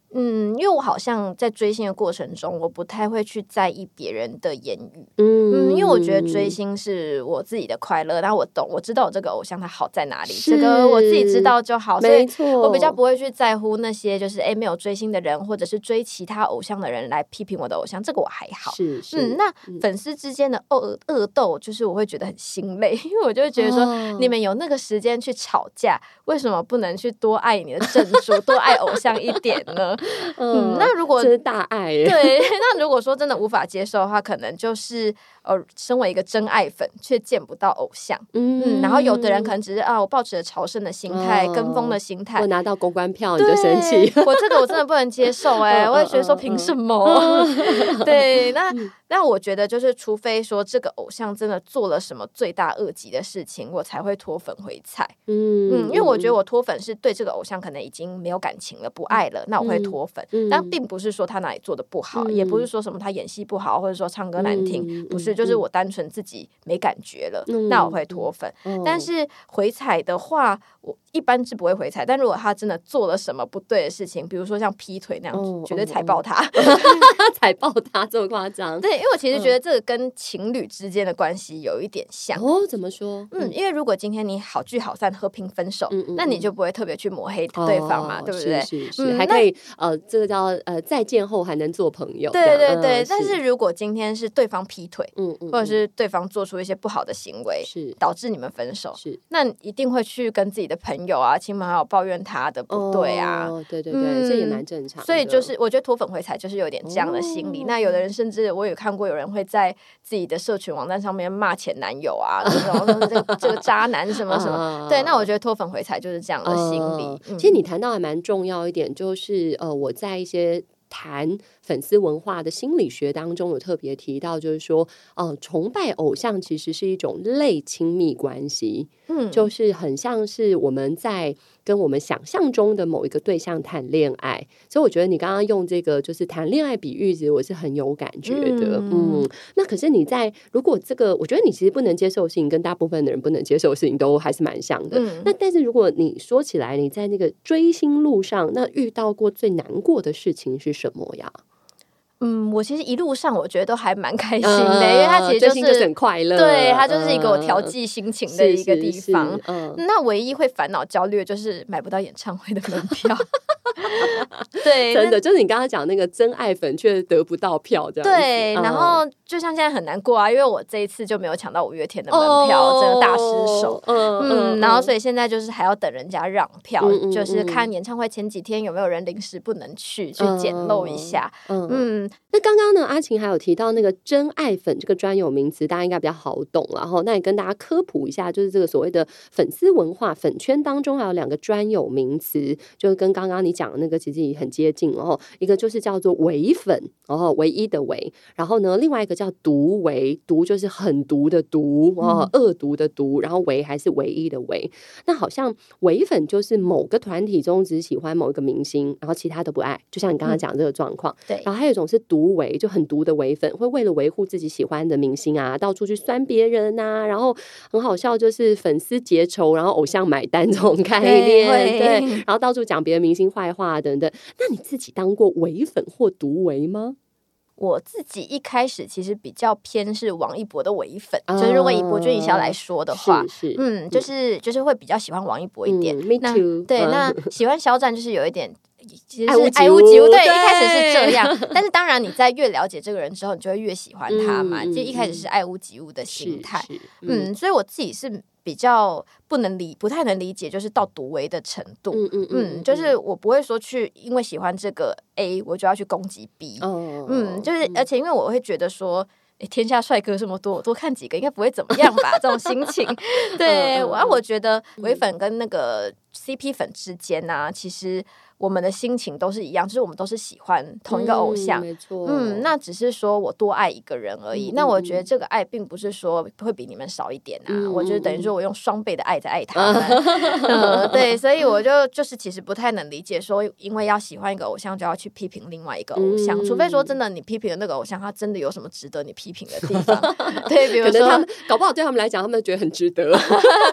因为我好像在追星的过程中，我不太会去在意别人的言语。因为我觉得追星是我自己的快乐，然后我知道我这个偶像他好在哪里，这个我自己知道就好，所以我比较不会去在乎那些就是没有追星的人或者是追其他偶像的人来批评我的偶像，这个我还好。那粉丝之间的恶斗，就是我会觉得很心累，因为我就会觉得说，你们有那个时间去吵架，为什么不能去多爱你的正主，多爱偶像一点呢？那如果这是大爱耶， 对，那如果说真的无法接受的话，可能就是身为一个真爱粉却见不到偶像，然后有的人可能只是我抱持着朝圣的心态，跟风的心态， 我拿到公关票你就生气， 我这个我真的不能接受我会觉得说凭什么？对，那我觉得就是除非说这个偶像真的做了什么罪大恶极的事情，我才会脱粉回踩。因为我觉得我脱粉是对这个偶像可能已经没有感情了，不爱了，那我会脱粉。但并不是说他哪里做的不好，也不是说什么他演戏不好，或者说唱歌难听，不是，就是我单纯自己没感觉了，那我会脱粉。但是回踩的话，我一般是不会回踩，但如果他真的做了什么不对的事情，比如说像劈腿那样，绝对踩爆他， 踩爆他这么夸张？ 对，因为我其实觉得这个跟情侣之间的关系有一点像。 怎么说？ 因为如果今天你好聚好散和平分手，那你就不会特别去抹黑对方嘛，对不对？ 是，还可以这个叫再见后还能做朋友。 对对对，但是如果今天是对方劈腿，或者是对方做出一些不好的行为，导致你们分手，那一定会去跟自己的朋友啊、亲朋好友抱怨他的不对啊。 对对对，这也蛮正常的。 所以就是我觉得脱粉回踩就是有点这样的心理。那有的人甚至我有看过有人会在自己的社群网站上面骂前男友啊，这个渣男什么什么。对，那我觉得脱粉回踩就是这样的心理。 其实你谈到还蛮重要一点，就是我在一些谈粉丝文化的心理学当中有特别提到，就是说崇拜偶像其实是一种类亲密关系，就是很像是我们在跟我们想象中的某一个对象谈恋爱。所以我觉得你刚刚用这个就是谈恋爱比喻，其实我是很有感觉的。那可是你在如果这个，我觉得你其实不能接受的事情跟大部分的人不能接受的事情都还是蛮像的。那但是如果你说起来你在那个追星路上，那遇到过最难过的事情是什么呀？ 我其实一路上我觉得都还蛮开心的，因为它其实就是很快乐， 对，它就是一个我调剂心情的一个地方。那唯一会烦恼焦虑的就是买不到演唱会的门票。对， 真的就是你刚刚讲那个真爱粉却得不到票这样子。 对，然后就像现在很难过啊，因为我这一次就没有抢到五月天的门票，真的大失手。然后所以现在就是还要等人家让票，就是看演唱会前几天有没有人临时不能去捡漏一下。 那刚刚呢，阿晴还有提到那个真爱粉这个专有名词，大家应该比较好懂，然后那你跟大家科普一下，就是这个所谓的粉丝文化粉圈当中还有两个专有名词，就是跟刚刚你讲的那个其实也很接近。然后一个就是叫做唯粉，然后唯一的唯，然后呢另外一个叫毒唯，毒就是很毒的毒，恶毒的毒，然后唯还是唯一的唯。那好像唯粉就是某个团体中只喜欢某一个明星，然后其他都不爱，就像你刚刚讲这个状况。 对， 然后还有一种是毒唯，就很毒的唯粉，会为了维护自己喜欢的明星啊，到处去酸别人啊，然后很好笑，就是粉丝结仇，然后偶像买单这种概念，对，然后到处讲别的明星坏话等等。那你自己当过唯粉或毒唯吗？ 我自己一开始其实比较偏是王一博的唯粉，就是如果以博君一笑来说的话，就是会比较喜欢王一博一点。 Me too。 对，那喜欢肖战就是有一点。其实是爱屋及乌，对，一开始是这样，但是当然你在越了解这个人之后，你就会越喜欢他嘛。就一开始是爱屋及乌的心态，所以我自己是比较不太能理解，就是到毒唯的程度。就是我不会说去因为喜欢这个 A， 我就要去攻击 B。就是而且因为我会觉得说。天下帅哥这么多，我多看几个应该不会怎么样吧？这种心情，对，我觉得唯粉跟那个 CP 粉之间啊，其实我们的心情都是一样，就是我们都是喜欢同一个偶像， 没错。 那只是说我多爱一个人而已。那我觉得这个爱并不是说会比你们少一点啊，我觉得等于说我用双倍的爱在爱他们。对，所以我就是其实不太能理解说，因为要喜欢一个偶像就要去批评另外一个偶像，除非说真的你批评的那个偶像，他真的有什么值得你批评的地方。对，比如说可能他们搞不好对他们来讲，他们觉得很值得。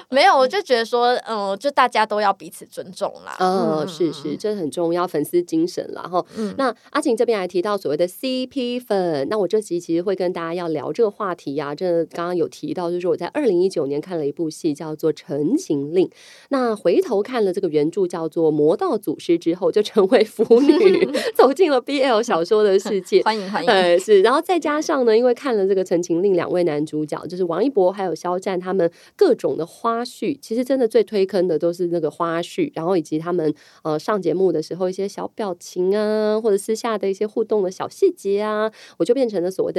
没有，我就觉得说，就大家都要彼此尊重啦。 是，这很重要，粉丝精神啦哈。那阿晴这边还提到所谓的 CP 粉，那我这集其实会跟大家要聊这个话题啊。这刚刚有提到，就是我在2019年看了一部戏叫做《陈情令》，那回头看了这个原著叫做《魔道祖师》之后，就成为腐女，走进了 BL 小说的世界。 欢迎， 是，然后再加上呢，因为看了这个《陈情令》两位男主角，就是王一博还有肖战，他们各种的花絮，其实真的最推坑的都是那个花絮，然后以及他们上节目的时候一些小表情啊，或者私下的一些互动的小细节啊，我就变成了所谓的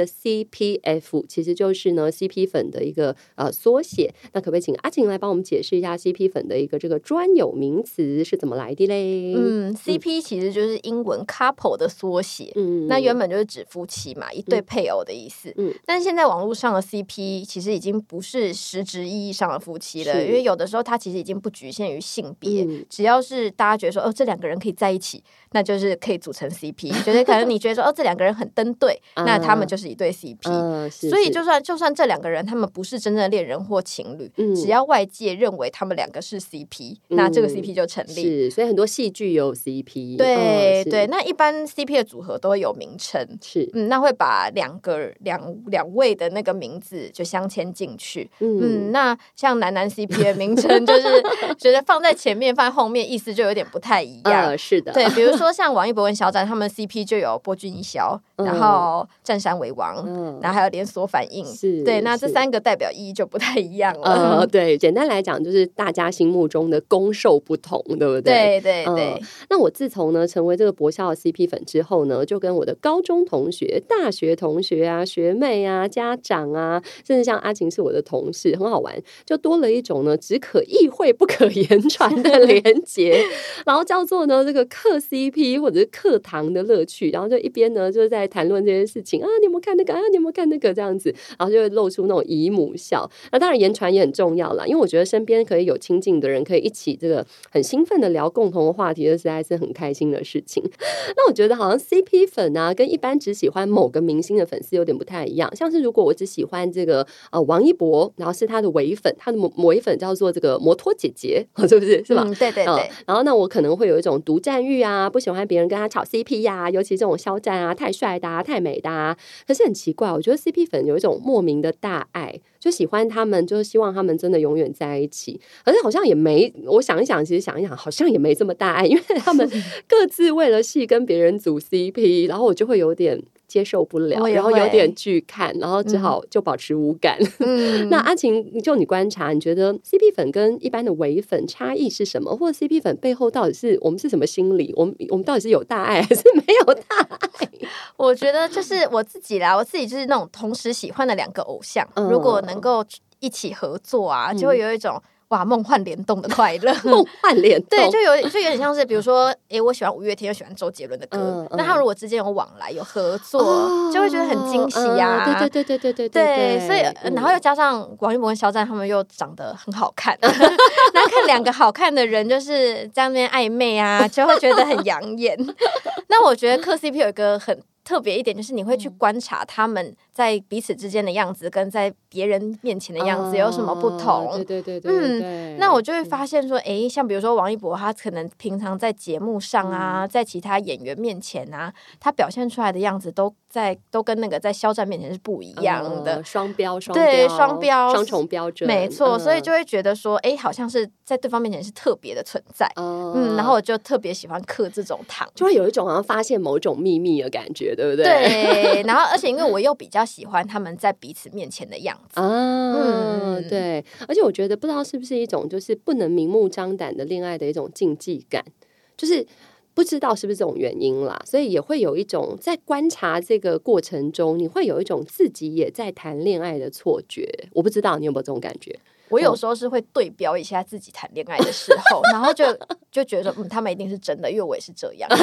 CPF， 其实就是呢 CP 粉的一个缩写。那可不可以请阿晴来帮我们解释一下 CP 粉的一个这个专有名词是怎么来的嘞 ？CP 其实就是英文 couple 的缩写，那原本就是指夫妻嘛，一对配偶的意思。但是现在网络上的 CP 其实已经不是实质意义上的夫妻了，因为有的时候它其实已经不局限于性别，只要是大家觉得说这两个人可以在一起，那就是可以组成 CP。就是可能你觉得说这两个人很登对，那他们就是一对 CP。所以就算这两个人他们不是真正的恋人或情侣，只要外界认为他们两个是 CP，那这个 CP 就成立。 是，所以很多戏剧有 CP。 对，那一般 CP 的组合都会有名称， 是， 那会把两位的那个名字就镶嵌进去。那像男 CP 的名称就是觉得放在前面放在后面意思就有点不太一样。 是的， 对，比如说像王一博跟肖战他们 CP 就有波君一肖，然后占山为王，然后还有连锁反应。对，那这三个代表意义就不太一样了。 对，简单来讲就是大家心目中的攻受不同，对不对？ 对。 那我自从呢成为这个博校的 CP 粉之后呢，就跟我的高中同学、大学同学啊、学妹啊、家长啊，甚至像阿晴是我的同事，很好玩，就多了一种呢只可意会不可言传的连结，然后叫做呢这个嗑 CP 或者是嗑糖的乐趣，然后就一边呢就是在谈论这些事情啊，你有没有看那个啊，你有没有看那个这样子，然后就会露出那种姨母笑。那当然言传也很重要啦，因为我觉得身边可以有亲近的人可以一起这个很兴奋的聊共同的话题，这实在是很开心的事情。那我觉得好像 CP 粉啊跟一般只喜欢某个明星的粉丝有点不太一样，像是如果我只喜欢这个王一博，然后是他的唯粉，他的唯粉叫做这个摩托姐姐，是不是？是吧？ 对。 然后那我可能会有一种独占欲啊，不喜欢别人跟他炒 CP 呀，尤其这种肖战啊，太帅的啊，太美的啊。可是很奇怪，我觉得 CP 粉有一种莫名的大爱，就喜欢他们，就是希望他们真的永远在一起。可是好像也没，我想一想，其实想一想，好像也没这么大爱，因为他们各自为了戏跟别人组 CP， 然后我就会有点接受不了，然后有点拒看，然后只好就保持无感。那阿晴，就你观察，你觉得 CP 粉跟一般的唯粉差异是什么？或者 CP 粉背后到底是我们是什么心理？我们到底是有大爱还是没有大爱？ 我觉得就是我自己啦，我自己就是那种同时喜欢的两个偶像，如果能够一起合作啊，就会有一种哇梦幻联动的快乐。 梦幻联动， 对，就有点像是比如说我喜欢五月天又喜欢周杰伦的歌，那他们如果之间有往来有合作，就会觉得很惊喜啊。对，所以然后又加上王一博跟肖战他们又长得很好看，那看两个好看的人就是在那边暧昧啊，就会觉得很养眼。那我觉得嗑 CP 有一个很特别一点，就是你会去观察他们在彼此之间的样子跟在别人面前的样子有什么不同。 对。 那我就会发现说像比如说王一博，他可能平常在节目上啊，在其他演员面前啊，他表现出来的样子都跟那个在肖战面前是不一样的。 双标双重标准， 没错。所以就会觉得说好像是在对方面前是特别的存在。然后我就特别喜欢嗑这种糖， 就会有一种好像发现某种秘密的感觉，对不对？ 对。然后而且因为我又比较喜欢他们在彼此面前的样子对。而且我觉得不知道是不是一种就是不能明目张胆的恋爱的一种禁忌感，就是不知道是不是这种原因啦，所以也会有一种在观察这个过程中，你会有一种自己也在谈恋爱的错觉。我不知道你有没有这种感觉？ 我有时候是会对标一下自己谈恋爱的时候，然后就觉得说他们一定是真的，因为我也是这样。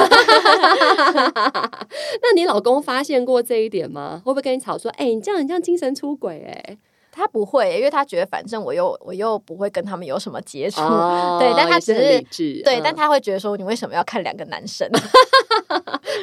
那你老公发现过这一点吗？会不会跟你吵说你这样很像精神出轨他不会，因为他觉得反正我又不会跟他们有什么接触，对，但他只是理智， 对，但他会觉得说你为什么要看两个男生？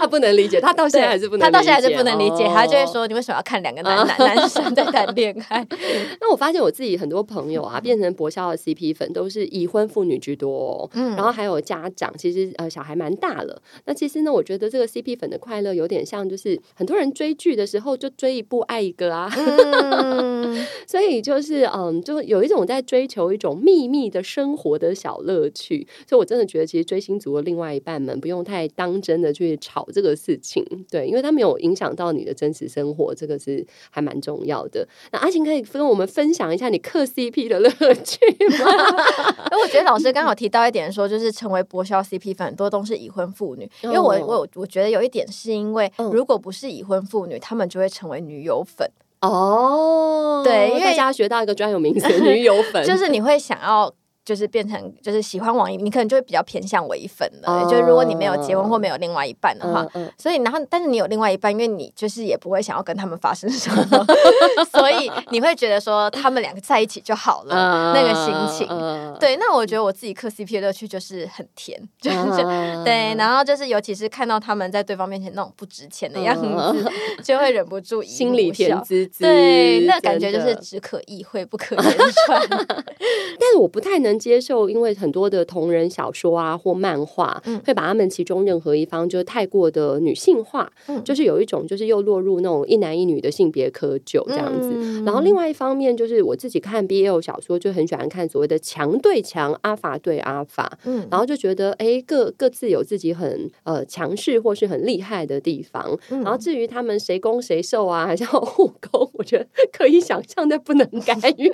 他不能理解，他到现在还是不能理解， 他到现在还是不能理解，他就会说你为什么要看两个男生在谈恋爱？ 那我发现我自己很多朋友啊，变成博销的 CP 粉都是已婚妇女居多然后还有家长，其实小孩蛮大了。那其实呢，我觉得这个 CP 粉的快乐有点像，就是很多人追剧的时候就追一部爱一个啊，所以就是就有一种在追求一种秘密的生活的小乐趣。所以我真的觉得，其实追星族的另外一半们不用太当真的去吵这个事情，对，因为它没有影响到你的真实生活，这个是还蛮重要的。那阿晴可以跟我们分享一下你嗑 CP 的乐趣吗？ 我觉得老师刚好提到一点说，就是成为博销 CP 粉很多都是已婚妇女，因为我觉得有一点是因为如果不是已婚妇女，她们就会成为女友粉。对，因为大家学到一个专有名词女友粉， 就是你会想要就是变成就是喜欢王一，你可能就会比较偏向唯粉了。就是如果你没有结婚或没有另外一半的话，所以然后但是你有另外一半，因为你就是也不会想要跟他们发生什么，所以你会觉得说他们两个在一起就好了，那个心情。对，那我觉得我自己嗑 CP 的乐趣就是很甜，就是对，然后就是尤其是看到他们在对方面前那种不值钱的样子，就会忍不住心里甜滋滋。 对，那感觉就是只可意会不可言传。 但是我不太能接受，因为很多的同人小说啊或漫画会把他们其中任何一方就是太过的女性化，就是有一种就是又落入那种一男一女的性别窠臼这样子。然后另外一方面就是我自己看 BL 小说就很喜欢看所谓的强对强，阿法对阿法，然后就觉得各自有自己很强势或是很厉害的地方。然后至于他们谁攻谁受啊，还是要互攻，我觉得可以想象但不能干预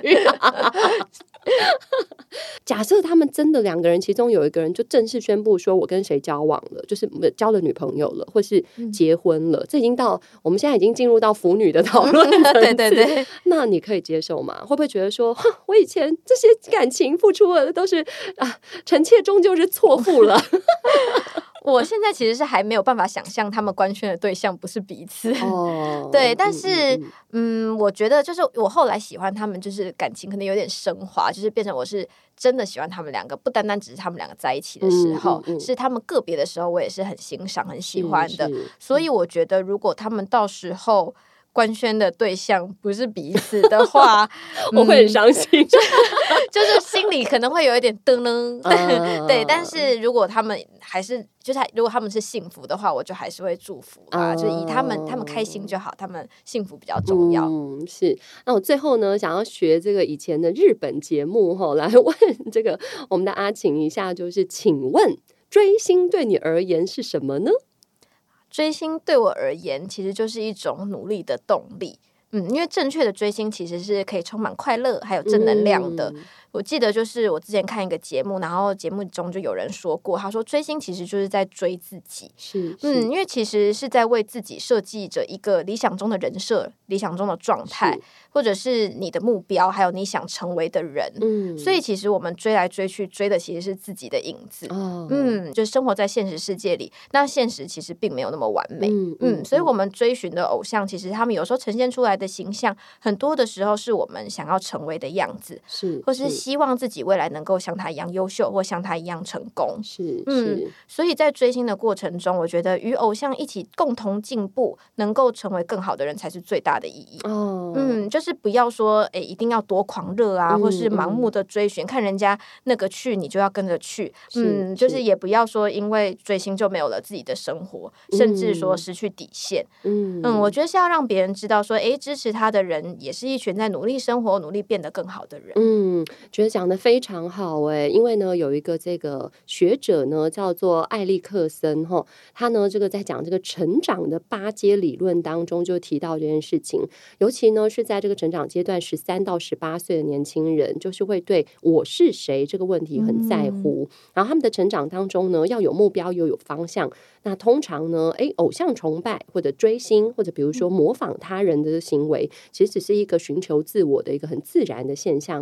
假设他们真的两个人其中有一个人就正式宣布说我跟谁交往了，就是交了女朋友了或是结婚了，这已经到我们现在已经进入到腐女的讨论层次对，那你可以接受吗？会不会觉得说我以前这些感情付出的都是臣妾终究是错付了我现在其实是还没有办法想象他们官宣的对象不是彼此对，但是我觉得就是我后来喜欢他们，就是感情可能有点升华，就是变成我是真的喜欢他们两个，不单单只是他们两个在一起的时候，是他们个别的时候我也是很欣赏很喜欢的。所以我觉得如果他们到时候官宣的对象不是彼此的话我会很伤心就是心里可能会有一点噔噔对，但是如果他们还是就是如果他们是幸福的话，我就还是会祝福就是以他们开心就好，他们幸福比较重要是。那我最后呢想要学这个以前的日本节目来问这个我们的阿晴一下，就是请问追星对你而言是什么呢？ 追星对我而言其实就是一种努力的动力因为正确的追星其实是可以充满快乐还有正能量的我记得就是我之前看一个节目，然后节目中就有人说过，他说追星其实就是在追自己因为其实是在为自己设计着一个理想中的人设，理想中的状态，或者是你的目标，还有你想成为的人所以其实我们追来追去追的其实是自己的影子就是生活在现实世界里，那现实其实并没有那么完美所以我们追寻的偶像其实他们有时候呈现出来的形象很多的时候是我们想要成为的样子，或是希望自己未来能够像他一样优秀或像他一样成功所以在追星的过程中，我觉得与偶像一起共同进步，能够成为更好的人才是最大的意义就是不要说一定要多狂热啊或是盲目的追寻看人家那个去你就要跟着去就是也不要说因为追星就没有了自己的生活甚至说失去底线我觉得是要让别人知道说支持他的人也是一群在努力生活努力变得更好的人觉得讲得非常好因为呢有一个这个学者呢叫做艾利克森他呢这个在讲这个成长的8阶理论当中就提到这件事情，尤其呢是在这个成长阶段13到18岁的年轻人，就是会对我是谁这个问题很在乎然后他们的成长当中呢要有目标又有方向，那通常呢偶像崇拜或者追星或者比如说模仿他人的行为其实只是一个寻求自我的一个很自然的现象而已。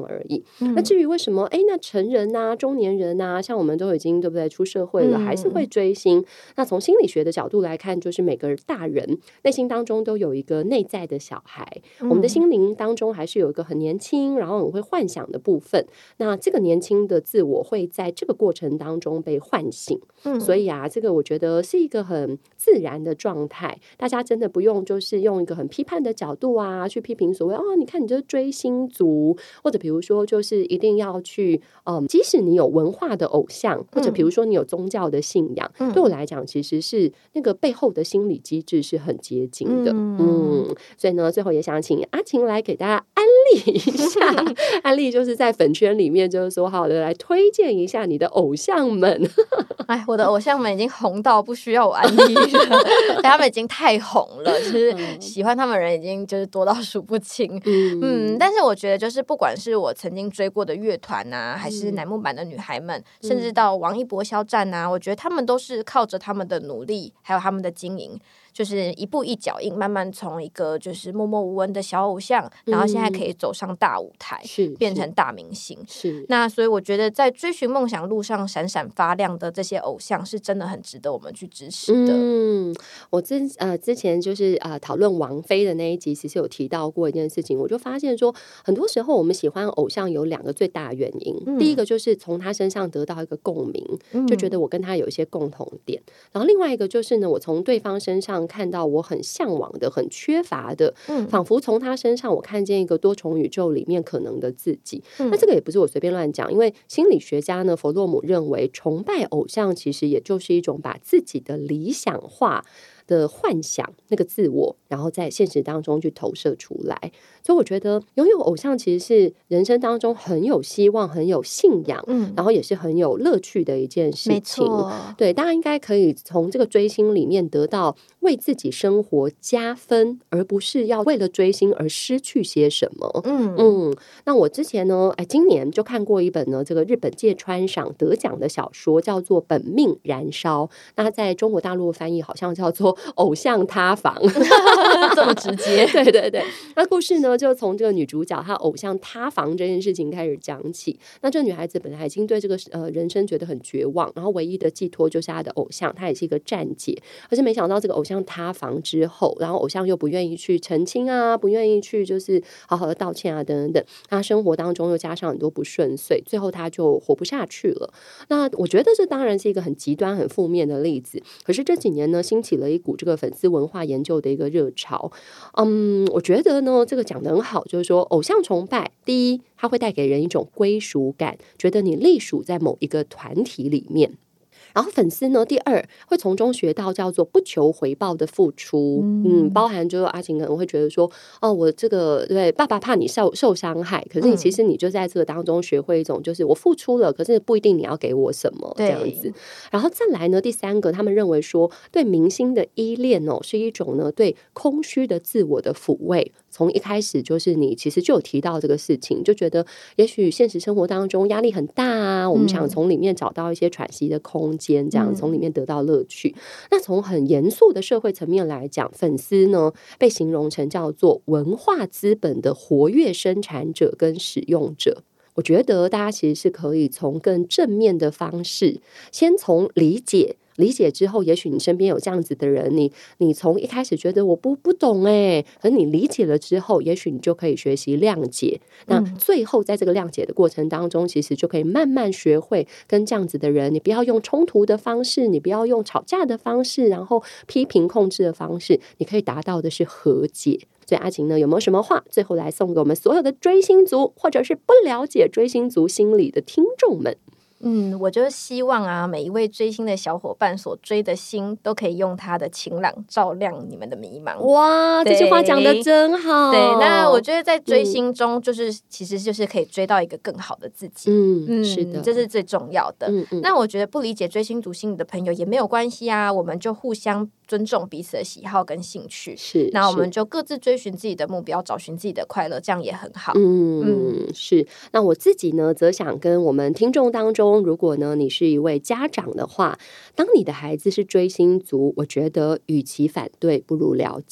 那至于为什么那成人啊中年人啊，像我们都已经对不对出社会了，还是会追星，那从心理学的角度来看，就是每个大人内心当中都有一个内在的小孩，我们的心灵当中还是有一个很年轻然后很会幻想的部分，那这个年轻的自我会在这个过程当中被唤醒，所以啊这个我觉得是一个很自然的状态，大家真的不用就是用一个很批判的角度啊去批评所谓你看你这追星族，或者比如说就是一定要去即使你有文化的偶像，或者比如说你有宗教的信仰，对我来讲其实是那个背后的心理机制是很接近的。所以呢最后也想请阿晴来给大家安利一下安利就是在粉圈里面就是说好的来推荐一下你的偶像们我的偶像们已经红到不需要我安利了他们已经太红了，就是喜欢他们人已经就是多到数不清。但是我觉得就是不管是我曾经追过的乐团啊，还是乃木坂的女孩们，甚至到王一博肖战啊，我觉得他们都是靠着他们的努力还有他们的经营，就是一步一脚印，慢慢从一个就是默默无闻的小偶像，然后现在可以走上大舞台，变成大明星。那所以我觉得在追寻梦想路上闪闪发亮的这些偶像是真的很值得我们去支持的。 我之前就是讨论王菲的那一集其实有提到过一件事情，我就发现说很多时候我们喜欢偶像有2个最大的原因，第一个就是从他身上得到一个共鸣，就觉得我跟他有一些共同点，然后另外一个就是呢我从对方身上看到我很向往的很缺乏的，仿佛从他身上我看见一个多重宇宙里面可能的自己。那这个也不是我随便乱讲，因为心理学家呢弗洛姆认为崇拜偶像其实也就是一种把自己的理想化的幻想那个自我，然后在现实当中去投射出来。所以我觉得拥有偶像其实是人生当中很有希望很有信仰，然后也是很有乐趣的一件事情。没错，对，大家应该可以从这个追星里面得到为自己生活加分，而不是要为了追星而失去些什么。那我之前呢今年就看过一本呢这个日本芥川赏得奖的小说，叫做《本命燃烧》，那在中国大陆翻译好像叫做偶像塌房这么直接对对对，那故事呢就从这个女主角她偶像塌房这件事情开始讲起。那这个女孩子本来已经对这个人生觉得很绝望，然后唯一的寄托就是她的偶像，她也是一个站姐，可是没想到这个偶像塌房之后，然后偶像又不愿意去澄清啊，不愿意去就是好好的道歉啊等等等，她生活当中又加上很多不顺遂，最后她就活不下去了。那我觉得这当然是一个很极端很负面的例子，可是这几年呢兴起了一股这个粉丝文化研究的一个热潮。我觉得呢这个讲得很好，就是说偶像崇拜第一它会带给人一种归属感，觉得你隶属在某一个团体里面，然后粉丝呢第二会从中学到叫做不求回报的付出。包含就是阿晴可能会觉得说我这个对爸爸怕你受伤害，可是其实你就在这个当中学会一种就是我付出了，可是不一定你要给我什么这样子。然后再来呢第三个，他们认为说对明星的依恋是一种呢对空虚的自我的抚慰。从一开始就是你其实就有提到这个事情，就觉得也许现实生活当中压力很大啊，我们想从里面找到一些喘息的空间，这样从里面得到乐趣。那从很严肃的社会层面来讲，粉丝呢被形容成叫做文化资本的活跃生产者跟使用者。我觉得大家其实是可以从更正面的方式，先从理解之后，也许你身边有这样子的人，你从一开始觉得我不懂可是你理解了之后，也许你就可以学习谅解。那最后在这个谅解的过程当中，其实就可以慢慢学会跟这样子的人，你不要用冲突的方式，你不要用吵架的方式，然后批评控制的方式，你可以达到的是和解。所以阿晴呢有没有什么话最后来送给我们所有的追星族，或者是不了解追星族心理的听众们？ 我就是希望啊，每一位追星的小伙伴所追的星都可以用他的晴朗照亮你们的迷茫。 哇，这句话讲得真好。 对，那我觉得在追星中其实就是可以追到一个更好的自己。是的，这是最重要的。那我觉得不理解追星族心理的朋友也没有关系啊，我们就互相尊重彼此的喜好跟兴趣，那我们就各自追寻自己的目标，找寻自己的快乐，这样也很好。 是。那我自己呢则想跟我们听众当中，如果呢你是一位家长的话，当你的孩子是追星族，我觉得与其反对不如了解。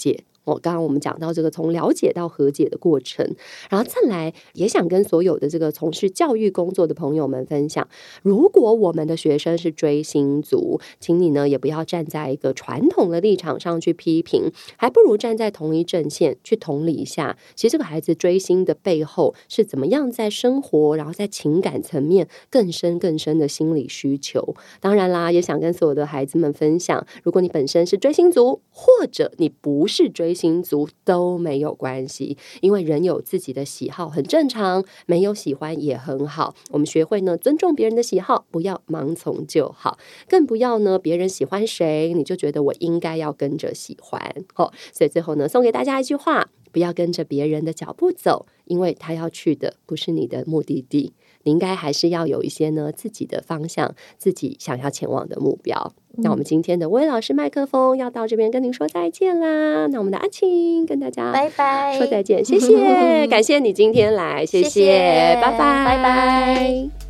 刚刚我们讲到这个从了解到和解的过程，然后再来也想跟所有的这个从事教育工作的朋友们分享，如果我们的学生是追星族，请你呢也不要站在一个传统的立场上去批评，还不如站在同一阵线去同理一下，其实这个孩子追星的背后是怎么样在生活，然后在情感层面更深的心理需求。当然啦，也想跟所有的孩子们分享，如果你本身是追星族，或者你不是追星族都没有关系，因为人有自己的喜好很正常，没有喜欢也很好。我们学会呢尊重别人的喜好，不要盲从就好，更不要呢别人喜欢谁你就觉得我应该要跟着喜欢。所以最后呢送给大家一句话，不要跟着别人的脚步走，因为他要去的不是你的目的地，你应该还是要有一些呢自己的方向，自己想要前往的目标。那我们今天的薇老师麦克风要到这边跟您说再见啦，那我们的阿青跟大家拜拜说再见，谢谢感谢你今天来，谢谢，拜拜。